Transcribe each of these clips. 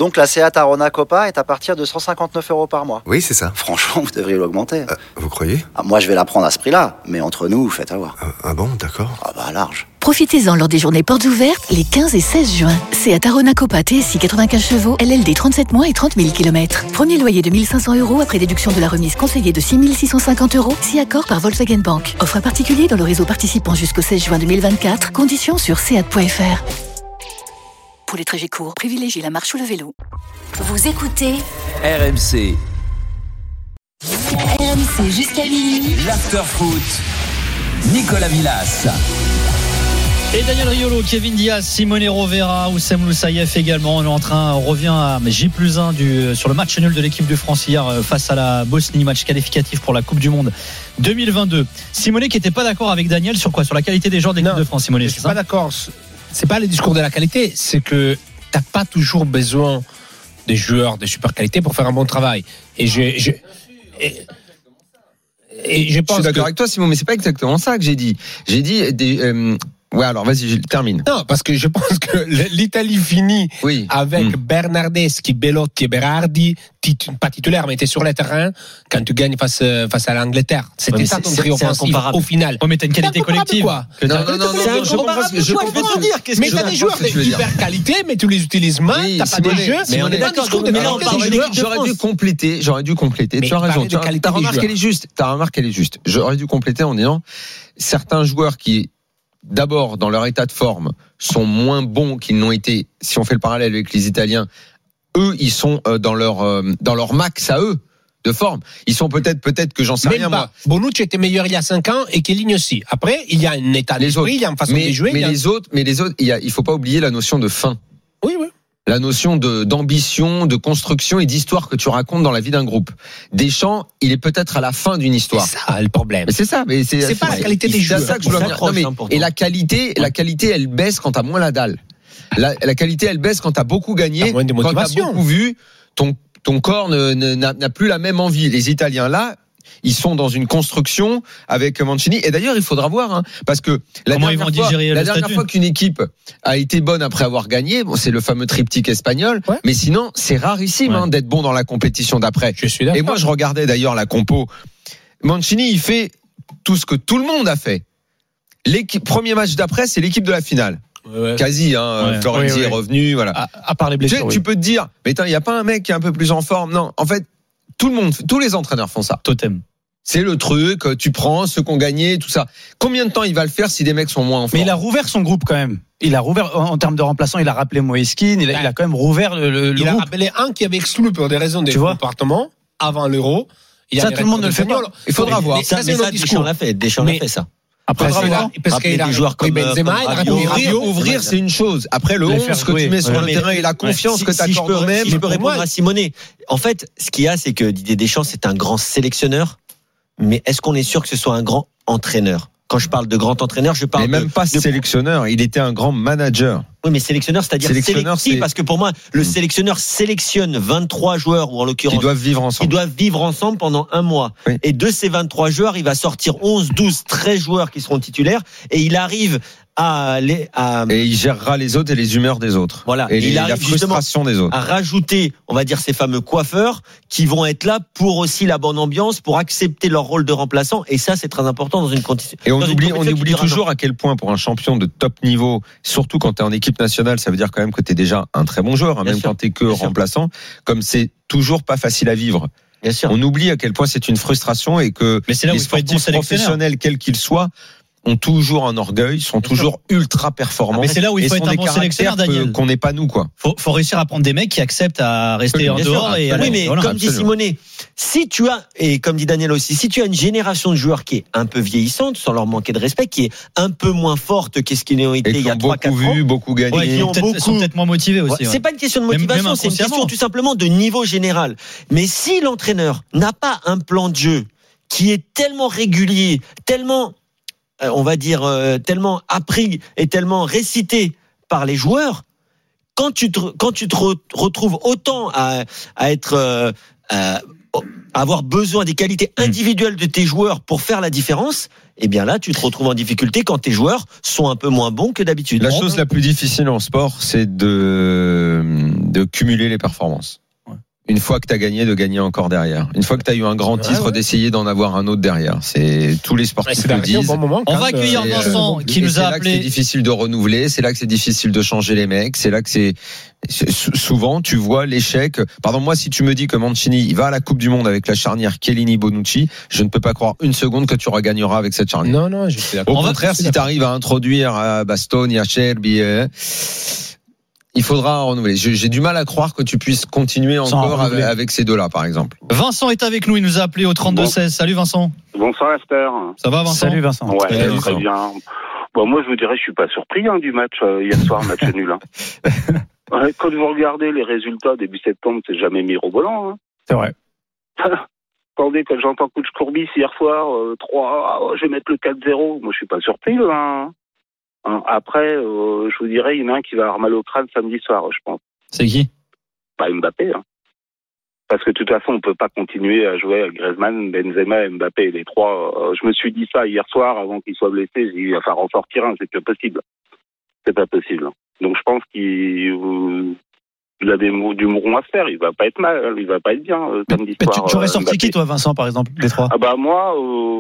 Donc la Seat Arona Copa est à partir de 159 € par mois. Oui, c'est ça. Franchement, vous devriez l'augmenter. Vous croyez ? Moi, je vais la prendre à ce prix-là, mais entre nous, faites avoir. Ah bon, d'accord. Large. Profitez-en lors des journées portes ouvertes les 15 et 16 juin. Seat Arona Copa TSI 95 chevaux, LLD 37 mois et 30 000 km. Premier loyer de 1 500 € après déduction de la remise conseillée de 6 650 €, si accord par Volkswagen Bank. Offre à particulier dans le réseau participant jusqu'au 16 juin 2024. Conditions sur seat.fr. Pour les trajets courts, privilégiez la marche ou le vélo. Vous écoutez RMC. RMC jusqu'à minuit. L'after-foot. Nicolas Villas. Et Daniel Riolo, Kevin Diaz, Simone Rovera, Oussem Loussaïef également. On revient à J+1 sur le match nul de l'équipe de France hier face à la Bosnie, match qualificatif pour la Coupe du Monde 2022. Simone qui n'était pas d'accord avec Daniel sur quoi ? Sur la qualité des joueurs de l'équipe de France, Simone. Je suis pas d'accord. C'est pas le discours de la qualité, c'est que t'as pas toujours besoin des joueurs de super qualité pour faire un bon travail. Et je pense. Je suis d'accord avec toi, Simon, mais c'est pas exactement ça que j'ai dit. J'ai dit ouais, alors vas-y, je termine. Non, parce que je pense que l'Italie finit avec Bernardeschi, Belotti et Berardi, pas titulaire, mais était sur le terrain quand tu gagnes face à l'Angleterre. C'était ça ton trio offensif au final. Oh, mais t'as une qualité collective. Non, je comprends ce que dire. Mais t'as des joueurs d'hyper qualité, mais tu les utilises mal, t'as pas de jeu. Mais on est d'accord. J'aurais dû compléter. Tu as raison. Ta remarque, elle est juste. J'aurais dû compléter en disant certains joueurs qui, d'abord, dans leur état de forme, sont moins bons qu'ils n'ont été, si on fait le parallèle avec les Italiens, eux, ils sont dans leur max à eux de forme. Ils sont peut-être que j'en sais rien, moi. Bonucci était meilleur il y a 5 ans et Chiellini aussi. Après, il y a un état d'esprit, il y a une façon de jouer. Mais les autres, il faut pas oublier la notion de fin. Oui. La notion d'ambition, de construction et d'histoire que tu racontes dans la vie d'un groupe. Deschamps, il est peut-être à la fin d'une histoire. C'est ça le problème. Mais c'est ça. Mais c'est pas la qualité des joueurs. C'est ça que je veux dire. Non, mais, et la qualité, elle baisse quand t'as moins la dalle. La qualité, elle baisse quand t'as beaucoup gagné, quand t'as beaucoup vu. Ton corps n'a plus la même envie. Les Italiens là, ils sont dans une construction avec Mancini. Et d'ailleurs, il faudra voir, parce que la dernière fois qu'une équipe a été bonne après avoir gagné, c'est le fameux triptyque espagnol. Ouais. Mais sinon, c'est rarissime d'être bon dans la compétition d'après. Je suis d'accord. Et moi, je regardais d'ailleurs la compo. Mancini, il fait tout ce que tout le monde a fait. Premier match d'après, c'est l'équipe de la finale. Ouais. Quasi, Florenzi est revenu, voilà. À part les blessures. Tu peux te dire, mais il n'y a pas un mec qui est un peu plus en forme. Non, en fait, tous les entraîneurs font ça. Totem. C'est le truc, tu prends ceux qui ont gagné, tout ça. Combien de temps il va le faire si des mecs sont moins en forme ? Mais il a rouvert son groupe quand même. Il a rouvert en termes de remplaçants, il a rappelé Moïskine, il a quand même rouvert le groupe. Il a rappelé un qui avait exclu pour des raisons de comportement avant l'Euro. Ça, tout le monde ne le fait pas. Il faudra voir. Mais ça, Deschamps l'a fait ça. Après, parce qu'il a des joueurs comme Benzema, ouvrir, c'est une chose. Après, le 11 que tu mets sur le terrain et la confiance que tu accordes toi-même. Si je peux répondre à Simone. En fait, ce qu'il y a, c'est que Didier Deschamps, c'est un grand sélectionneur. Mais est-ce qu'on est sûr que ce soit un grand entraîneur ? Quand je parle de grand entraîneur, je parle même pas sélectionneur, il était un grand manager. Oui, mais sélectionneur, c'est-à-dire sélectif, parce que pour moi, le sélectionneur sélectionne 23 joueurs, ou en l'occurrence, qui doivent vivre ensemble pendant un mois. Oui. Et de ces 23 joueurs, il va sortir 11, 12, 13 joueurs qui seront titulaires, et il arrive et il gérera les autres et les humeurs des autres. Voilà. Et il arrive la frustration des autres. À rajouter, on va dire, ces fameux coiffeurs qui vont être là pour aussi la bonne ambiance, pour accepter leur rôle de remplaçant. Et ça, c'est très important dans une condition. Et on oublie toujours à quel point pour un champion de top niveau, surtout quand tu es en équipe nationale, ça veut dire quand même que tu es déjà un très bon joueur, même quand tu es que remplaçant, comme c'est toujours pas facile à vivre. On oublie à quel point c'est une frustration et que les sportifs professionnels, quels qu'ils soient, ont toujours un orgueil, sont toujours ultra performants. Mais c'est là où il faut être un bon sélectionneur, Daniel. Qu'on n'est pas nous, quoi. Faut réussir à prendre des mecs qui acceptent à rester en dehors. Oui, mais comme dit Simone, si tu as, et comme dit Daniel aussi, si tu as une génération de joueurs qui est un peu vieillissante, sans leur manquer de respect, qui est un peu moins forte qu'est-ce qu'ils ont été il y a 3-4 ans. Beaucoup gagné. Qui sont peut-être moins motivés aussi. C'est pas une question de motivation, c'est une question tout simplement de niveau général. Mais si l'entraîneur n'a pas un plan de jeu qui est tellement régulier, tellement on va dire tellement appris et tellement récité par les joueurs, quand tu te retrouves autant à avoir besoin des qualités individuelles de tes joueurs pour faire la différence, et bien là, tu te retrouves en difficulté quand tes joueurs sont un peu moins bons que d'habitude. La chose la plus difficile en sport, c'est de cumuler les performances. Une fois que tu as gagné, de gagner encore derrière. Une fois que tu as eu un grand titre, d'essayer d'en avoir un autre derrière. C'est tous les sportifs le disent. Bon moment, on va accueillir Vincent qui nous a appelé. C'est là que c'est difficile de renouveler, c'est là que c'est difficile de changer les mecs, c'est là que c'est souvent tu vois l'échec. Pardon, moi si tu me dis que Mancini il va à la Coupe du Monde avec la charnière Chiellini-Bonucci, je ne peux pas croire une seconde que tu regagneras avec cette charnière. Non, je suis d'accord. Au contraire, si tu arrives à introduire Bastoni, Acerbi, il faudra renouveler. J'ai du mal à croire que tu puisses continuer encore avec ces deux-là, par exemple. Vincent est avec nous, il nous a appelé au 32-16. Salut Vincent. Bonsoir Esther. Ça va Vincent? Salut Vincent. Ouais, très bien. Bon, moi je vous dirais, je suis pas surpris du match hier soir, match nul. Quand vous regardez les résultats début septembre, c'est jamais mirobolant. C'est vrai. Attendez, quand j'entends coach Courbis hier soir, 3, je vais mettre le 4-0. Moi je suis pas surpris Après, je vous dirais, il y en a un qui va avoir mal au crâne samedi soir, je pense. C'est qui? Mbappé. Parce que de toute façon, on peut pas continuer à jouer avec Griezmann, Benzema, Mbappé, les trois. Je me suis dit ça hier soir, avant qu'il soit blessé. J'ai dit, il va falloir en sortir un, c'est pas possible. C'est pas possible. Donc je pense qu'il a du mouron à se faire. Il va pas être mal, il va pas être bien samedi soir. Tu aurais sorti qui, toi, Vincent, par exemple, des trois? Moi,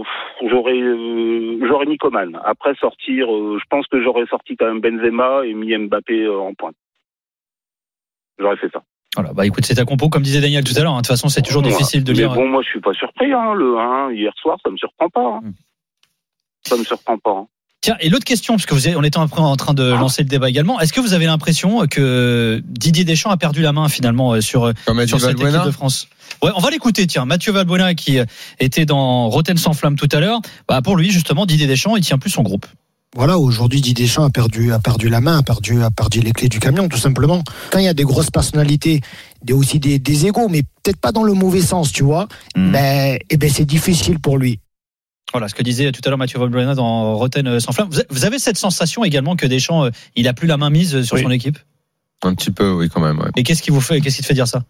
j'aurais mis Coman. Après sortir, je pense que j'aurais sorti quand même Benzema et mis Mbappé en pointe. J'aurais fait ça. Voilà, écoute, c'est ta compo, comme disait Daniel tout à l'heure. De toute façon, c'est toujours difficile de lire. Mais bon, moi, je suis pas surpris. Le 1 hier soir, ça me surprend pas. Ça me surprend pas. Tiens, et l'autre question, parce que on était en train de lancer le débat également, est-ce que vous avez l'impression que Didier Deschamps a perdu la main finalement sur cette équipe de France? Ouais, on va l'écouter. Tiens, Mathieu Valbuena qui était dans Rotten sans flamme tout à l'heure. Pour lui, justement, Didier Deschamps, il tient plus son groupe. Voilà, aujourd'hui, Didier Deschamps a perdu la main, a perdu les clés du camion, tout simplement. Quand il y a des grosses personnalités, il y a aussi des égos, mais peut-être pas dans le mauvais sens, tu vois. Mais c'est difficile pour lui. Voilà ce que disait tout à l'heure Mathieu Valbuena dans Rotten sans flamme. Vous avez cette sensation également que Deschamps, il a plus la main mise sur son équipe? Un petit peu, oui, quand même. Ouais. Et qu'est-ce qui te fait dire ça?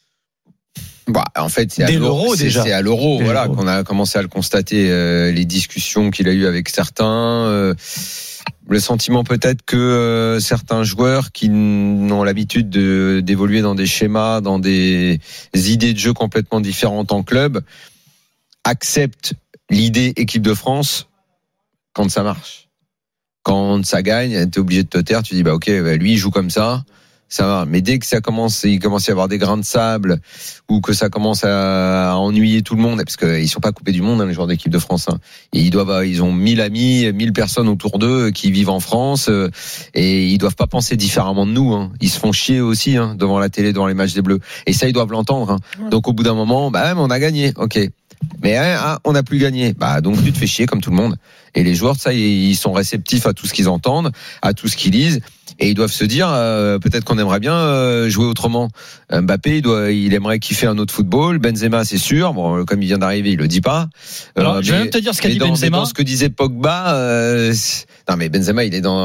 En fait, c'est à l'Euro déjà. C'est à l'Euro, voilà, qu'on a commencé à le constater, les discussions qu'il a eues avec certains. Le sentiment peut-être que certains joueurs qui ont l'habitude d'évoluer dans des schémas, dans des idées de jeu complètement différentes en club, acceptent l'idée équipe de France quand ça marche. Quand ça gagne, t'es obligé de te taire, tu dis lui il joue comme ça va. Mais dès que il commence à y avoir des grains de sable ou que ça commence à ennuyer tout le monde, parce qu'ils sont pas coupés du monde, les joueurs d'équipe de France. Et ils ont 1000 amis, 1000 personnes autour d'eux qui vivent en France, et ils doivent pas penser différemment de nous. Ils se font chier aussi devant la télé, devant les matchs des Bleus. Et ça, ils doivent l'entendre. Donc au bout d'un moment, on a gagné, ok. Mais on n'a plus gagné. Donc tu te fais chier comme tout le monde. Et les joueurs, ça, ils sont réceptifs à tout ce qu'ils entendent, à tout ce qu'ils lisent. Et ils doivent se dire, peut-être qu'on aimerait bien jouer autrement. Mbappé, il aimerait kiffer un autre football. Benzema, c'est sûr. Bon, comme il vient d'arriver, il le dit pas. Alors, je vais même te dire ce qu'a dit Benzema. Dans ce que disait Pogba, non mais Benzema, il est dans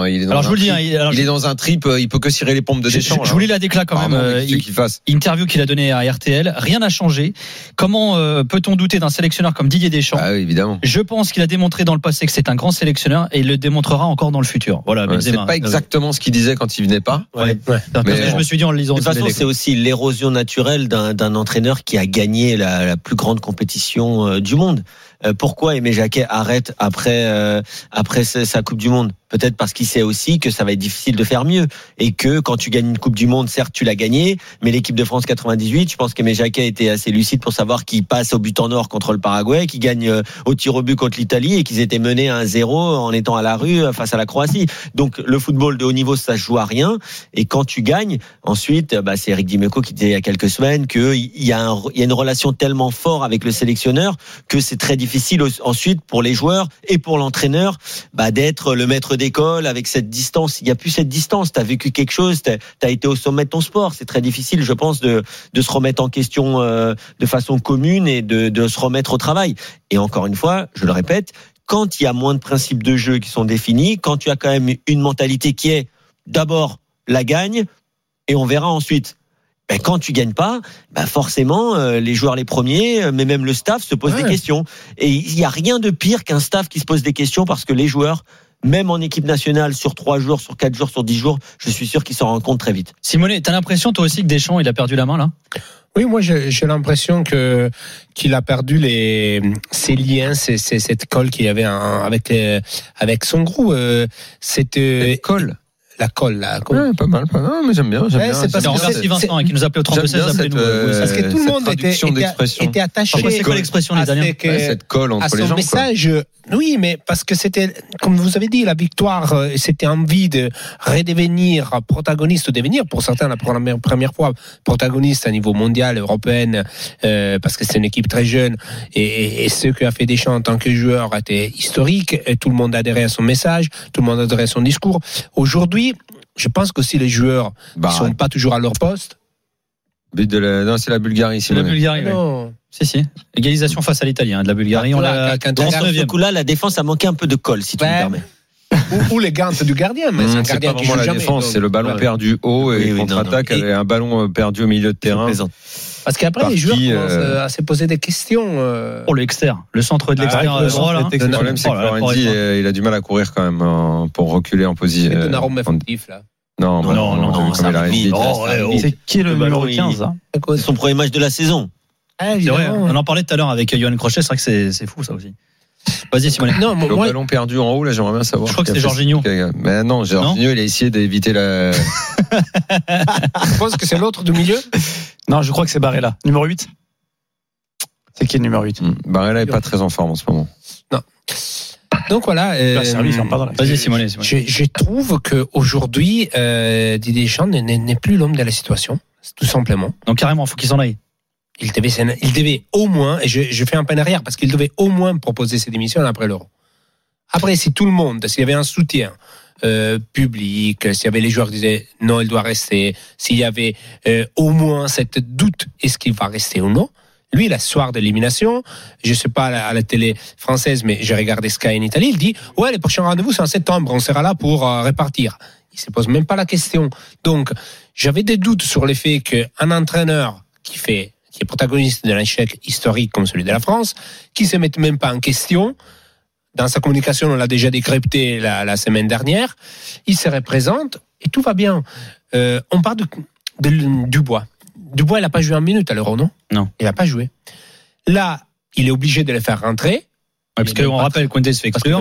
un trip. Il peut que cirer les pompes de Deschamps. Je voulais la déclat quand même. Interview qu'il a donnée à RTL. Rien n'a changé. Comment peut-on douter d'un sélectionneur comme Didier Deschamps? Oui, évidemment. Je pense qu'il a démontré dans le passé que c'est un grand sélectionneur et il le démontrera encore dans le futur. Voilà, Benzema. C'est pas exactement ce qu'il disait quand il venait pas. Mais je me suis dit en le lisant. De toute façon, c'est aussi l'érosion naturelle d'un entraîneur qui a gagné la plus grande compétition du monde. Pourquoi Aimé Jacquet arrête après sa Coupe du Monde? Peut-être parce qu'il sait aussi que ça va être difficile de faire mieux et que quand tu gagnes une Coupe du Monde, certes tu l'as gagnée, mais l'équipe de France 98, je pense qu'Aimé Jacquet était assez lucide pour savoir qu'il passe au but en or contre le Paraguay, qu'il gagne au tir au but contre l'Italie et qu'ils étaient menés à 1-0 en étant à la rue face à la Croatie. Donc le football de haut niveau, ça se joue à rien. Et quand tu gagnes, ensuite, c'est Eric Dimeco qui disait il y a quelques semaines qu'il y a une relation tellement forte avec le sélectionneur que c'est très difficile ensuite pour les joueurs et pour l'entraîneur d'être le maître d'école avec cette distance. Il n'y a plus cette distance. Tu as vécu quelque chose, tu as été au sommet de ton sport. C'est très difficile, je pense, de se remettre en question de façon commune et de se remettre au travail. Et encore une fois, je le répète, quand il y a moins de principes de jeu qui sont définis, quand tu as quand même une mentalité qui est d'abord la gagne et on verra ensuite. quand tu gagnes pas, forcément les joueurs les premiers, mais même le staff se pose des questions. Et il y a rien de pire qu'un staff qui se pose des questions parce que les joueurs, même en équipe nationale, sur 3 jours, sur 4 jours, sur 10 jours, je suis sûr qu'ils s'en rendent compte très vite. Simone, t'as l'impression toi aussi que Deschamps il a perdu la main là? Oui, moi j'ai l'impression qu'il a perdu ses liens, cette colle qu'il y avait avec son groupe. Cette colle. La colle, là. Ouais, pas mal. Mais j'aime bien. C'est parce que merci Vincent qui nous appelait au 32-16. Parce que tout le monde était attaché. C'est quoi l'expression, les Italiens? Cette colle entre les gens. Message. Oui, mais parce que c'était, comme vous avez dit, la victoire, c'était envie de redevenir protagoniste, devenir pour certains la première fois protagoniste à niveau mondial, européen, parce que c'est une équipe très jeune et ce qu'a fait Deschamps en tant que joueur était historique. Et tout le monde a adhéré à son message, tout le monde a adhéré à son discours. Aujourd'hui, je pense que si les joueurs ne sont pas toujours à leur poste. Non, c'est la Bulgarie. C'est la Bulgarie. Non. Si. Égalisation face à l'Italie, de la Bulgarie. Dans ce coup-là, la défense a manqué un peu de colle, si tu me permets. Ou les gants du gardien, mais c'est un gardien qui joue la jamais. Défense, c'est le ballon perdu haut et contre-attaque avec un ballon perdu au milieu de terrain. Parce qu'après, les joueurs commencent à se poser des questions. Le externe, le centre de l'extérieur. Le problème, c'est que Florenzi, il a du mal à courir quand même pour reculer en position. C'est un arôme effectif, là. Non, c'est qui le numéro 15 C'est son premier match de la saison. C'est vrai, on en parlait tout à l'heure avec Johan Crochet, c'est vrai que c'est fou ça aussi. Vas-y Simone. Le ballon perdu en haut, là j'aimerais bien savoir. Je crois que c'est Jorginho. Mais non, Jorginho il a essayé d'éviter la. Je pense que c'est l'autre du milieu. Non, je crois que c'est Barella. Numéro 8. C'est qui le numéro 8? Barella est pas très en forme en ce moment. Non. Donc voilà. Vas-y Simone. Je trouve qu'aujourd'hui, Didier Deschamps n'est plus l'homme de la situation, tout simplement. Donc carrément, il faut qu'il s'en aille. Il devait au moins, et je fais un pas en arrière, parce qu'il devait au moins proposer ses démissions après l'Euro. Après, si tout le monde, s'il y avait un soutien public, s'il y avait les joueurs qui disaient non, il doit rester, s'il y avait au moins cette doute, est-ce qu'il va rester ou non? Lui, la soir de l'élimination, je sais pas à la télé française, mais j'ai regardé Sky en Italie, il dit ouais, les prochains rendez-vous c'est en septembre, on sera là pour répartir. Il se pose même pas la question. Donc, j'avais des doutes sur le fait qu'un entraîneur qui est protagoniste d'un échec historique comme celui de la France, qui se mette même pas en question, dans sa communication, on l'a déjà décrypté la semaine dernière, il se représente et tout va bien. On parle de Dubois. Dubois, il n'a pas joué en minute à l'Euro, non? Non. Il n'a pas joué. Là, il est obligé de le faire rentrer. Parce qu'on rappelle Koundé se fait exclure.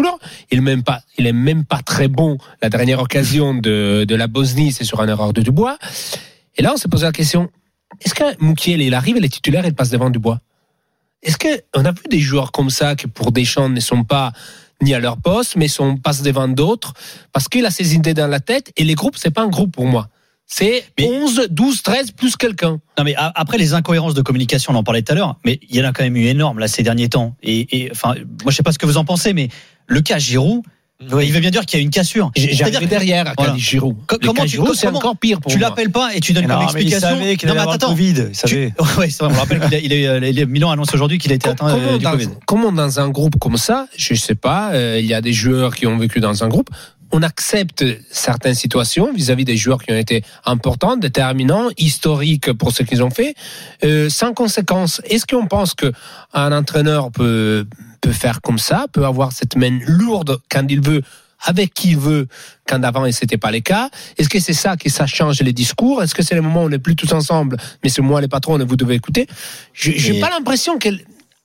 Il est même pas très bon. La dernière occasion de la Bosnie, c'est sur une erreur de Dubois. Et là, on s'est posé la question, est-ce que Moukiel, il arrive, il est titulaire, il passe devant Dubois? Est-ce qu'on a vu des joueurs comme ça qui, pour Deschamps, ne sont pas ni à leur poste, mais passent devant d'autres parce qu'il a ses idées dans la tête et les groupes, c'est pas un groupe pour moi. C'est 11, 12, 13 plus quelqu'un. Non mais après les incohérences de communication, on en parlait tout à l'heure, mais il y en a quand même eu énorme là ces derniers temps. Et enfin, moi je sais pas ce que vous en pensez, mais le cas Giroud, il veut bien dire qu'il y a une cassure. J'arrive derrière à Giroud. C'est encore pire pour moi. Tu l'appelles pas et tu donnes comme explication. Il savait qu'il allait avoir le Covid. Ouais, c'est vrai, on rappelle qu'il Milan annonce aujourd'hui qu'il a été atteint du Covid. Comment dans un groupe comme ça, je sais pas, il y a des joueurs qui ont vécu dans un groupe. On accepte certaines situations vis-à-vis des joueurs qui ont été importants, déterminants, historiques pour ce qu'ils ont fait, sans conséquence. Est-ce qu'on pense qu'un entraîneur peut faire comme ça, peut avoir cette main lourde quand il veut, avec qui il veut, quand avant c'était pas le cas? Est-ce que c'est ça change les discours? Est-ce que c'est le moment où on n'est plus tous ensemble, mais c'est moi les patrons et vous devez écouter? J'ai pas l'impression que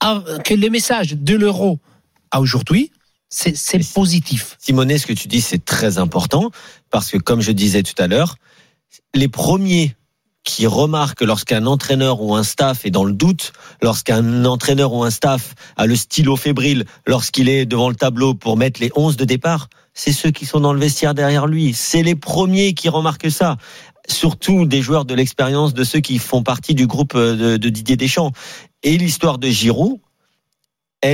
les messages de l'Euro à aujourd'hui, c'est positif. Simone, ce que tu dis, c'est très important parce que, comme je disais tout à l'heure, les premiers qui remarquent lorsqu'un entraîneur ou un staff est dans le doute, lorsqu'un entraîneur ou un staff a le stylo fébrile, lorsqu'il est devant le tableau pour mettre les 11 de départ, c'est ceux qui sont dans le vestiaire derrière lui. C'est les premiers qui remarquent ça. Surtout des joueurs de l'expérience, de ceux qui font partie du groupe de Didier Deschamps. Et l'histoire de Giroud, elle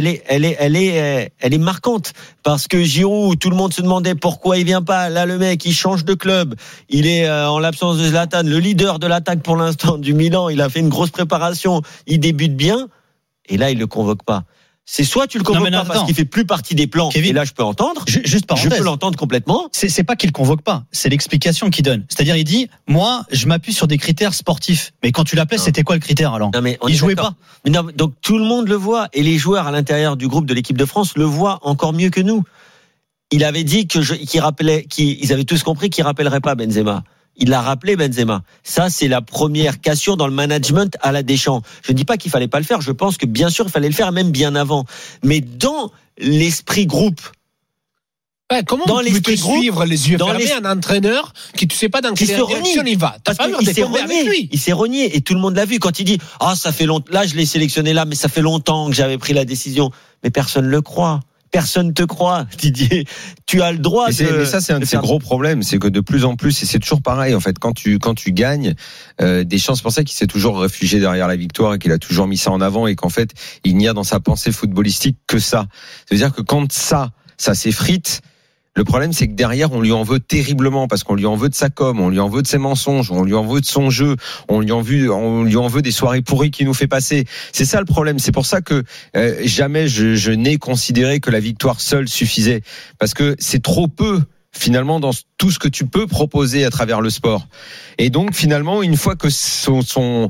est marquante parce que Giroud, tout le monde se demandait pourquoi il vient pas. Là, le mec, il change de club. Il est en l'absence de Zlatan, le leader de l'attaque pour l'instant du Milan. Il a fait une grosse préparation. Il débute bien et là, il le convoque pas. C'est soit tu le convoques pas parce qu'il fait plus partie des plans. Kevin, et là je peux entendre. Juste parenthèse. Je peux l'entendre complètement. C'est pas qu'il convoque pas, c'est l'explication qu'il donne. C'est-à-dire il dit moi je m'appuie sur des critères sportifs. Mais quand tu l'appelais, c'était quoi le critère alors? Il jouait pas. Mais non, donc tout le monde le voit et les joueurs à l'intérieur du groupe de l'équipe de France le voient encore mieux que nous. Il avait dit qu'ils avaient tous compris qu'il rappellerait pas Benzema. Il l'a rappelé, Benzema. Ça, c'est la première cassure dans le management à la Deschamps. Je ne dis pas qu'il fallait pas le faire. Je pense que bien sûr, il fallait le faire, même bien avant. Mais dans l'esprit groupe. Ouais, comment tu peux suivre les yeux fermés un entraîneur qui tu sais pas dans quelle direction il va? Parce qu'il s'est renié et tout le monde l'a vu quand il dit ça fait longtemps. Là, je l'ai sélectionné là, mais ça fait longtemps que j'avais pris la décision. Mais personne le croit. Personne te croit, Didier. Tu as le droit mais ça, c'est un de ces gros problèmes. C'est que de plus en plus, et c'est toujours pareil, en fait, quand tu gagnes, Deschamps, c'est pour ça qu'il s'est toujours réfugié derrière la victoire et qu'il a toujours mis ça en avant et qu'en fait, il n'y a dans sa pensée footballistique que ça. C'est-à-dire que quand ça s'effrite, le problème, c'est que derrière, on lui en veut terriblement parce qu'on lui en veut de sa com, on lui en veut de ses mensonges, on lui en veut de son jeu, on lui en veut des soirées pourries qu'il nous fait passer. C'est ça le problème. C'est pour ça que jamais je n'ai considéré que la victoire seule suffisait parce que c'est trop peu finalement dans tout ce que tu peux proposer à travers le sport. Et donc finalement, une fois que son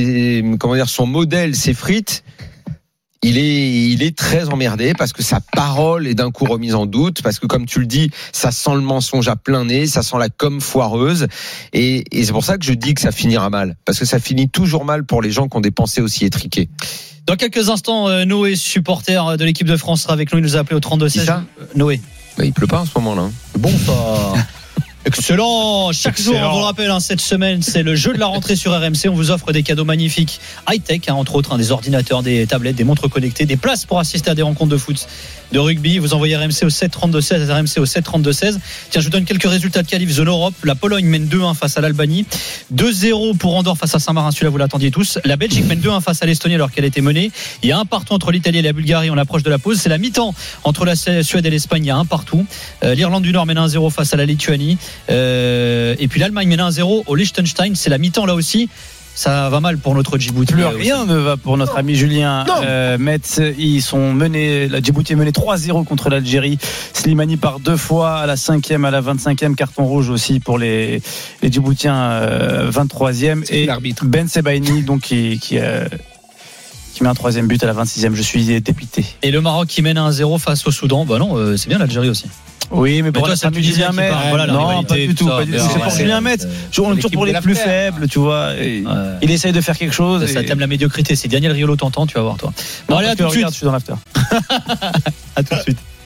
modèle s'effrite, il est très emmerdé parce que sa parole est d'un coup remise en doute, parce que comme tu le dis, ça sent le mensonge à plein nez, ça sent la com foireuse, et c'est pour ça que je dis que ça finira mal, parce que ça finit toujours mal pour les gens qui ont des pensées aussi étriquées. Dans quelques instants, Noé, supporter de l'équipe de France, sera avec nous, il nous a appelé au 32-16. Noé. Il pleut pas en ce moment-là. Bon, ça... Excellent. Chaque jour, on vous le rappelle, cette semaine, c'est le jeu de la rentrée sur RMC. On vous offre des cadeaux magnifiques, high-tech, entre autres, des ordinateurs, des tablettes, des montres connectées, des places pour assister à des rencontres de foot, de rugby. Vous envoyez RMC au 732-16, RMC au 732-16. Tiens, je vous donne quelques résultats de qualif zone Europe. La Pologne mène 2-1 face à l'Albanie. 2-0 pour Andorre face à Saint-Marin. Celui-là, vous l'attendiez tous. La Belgique mène 2-1 face à l'Estonie alors qu'elle était menée. Il y a un partout entre l'Italie et la Bulgarie. On approche de la pause. C'est la mi-temps entre la Suède et l'Espagne. Il y a un partout. L'Irlande du Nord mène 1-0 face à la Lituanie. Et puis l'Allemagne mène 1-0 au Liechtenstein. C'est la mi-temps là aussi. Ça va mal pour notre Djibouti. Plus rien ne va pour notre ami Julien Metz. Ils sont menés, la Djibouti est menée 3-0 contre l'Algérie. Slimani par 2 fois à la 5e, à la 25e, carton rouge aussi pour les Djiboutiens, 23e. C'est et l'arbitre. Ben Sebaini donc qui met un 3e but à la 26e. Je suis dépité. Et le Maroc qui mène 1-0 face au Soudan. Bah non, c'est bien l'Algérie aussi. Oui, mais pour toi, ça, Julien Metz. Non, pas du tout. C'est pour Julien Metz. On est toujours pour les plus faibles, tu vois. Il essaye de faire quelque chose. Ça t'aime la médiocrité. Si Daniel Riolo t'entend, tu vas voir, toi. Bon, allez, à tout de suite. Je suis dans l'after. À tout de suite.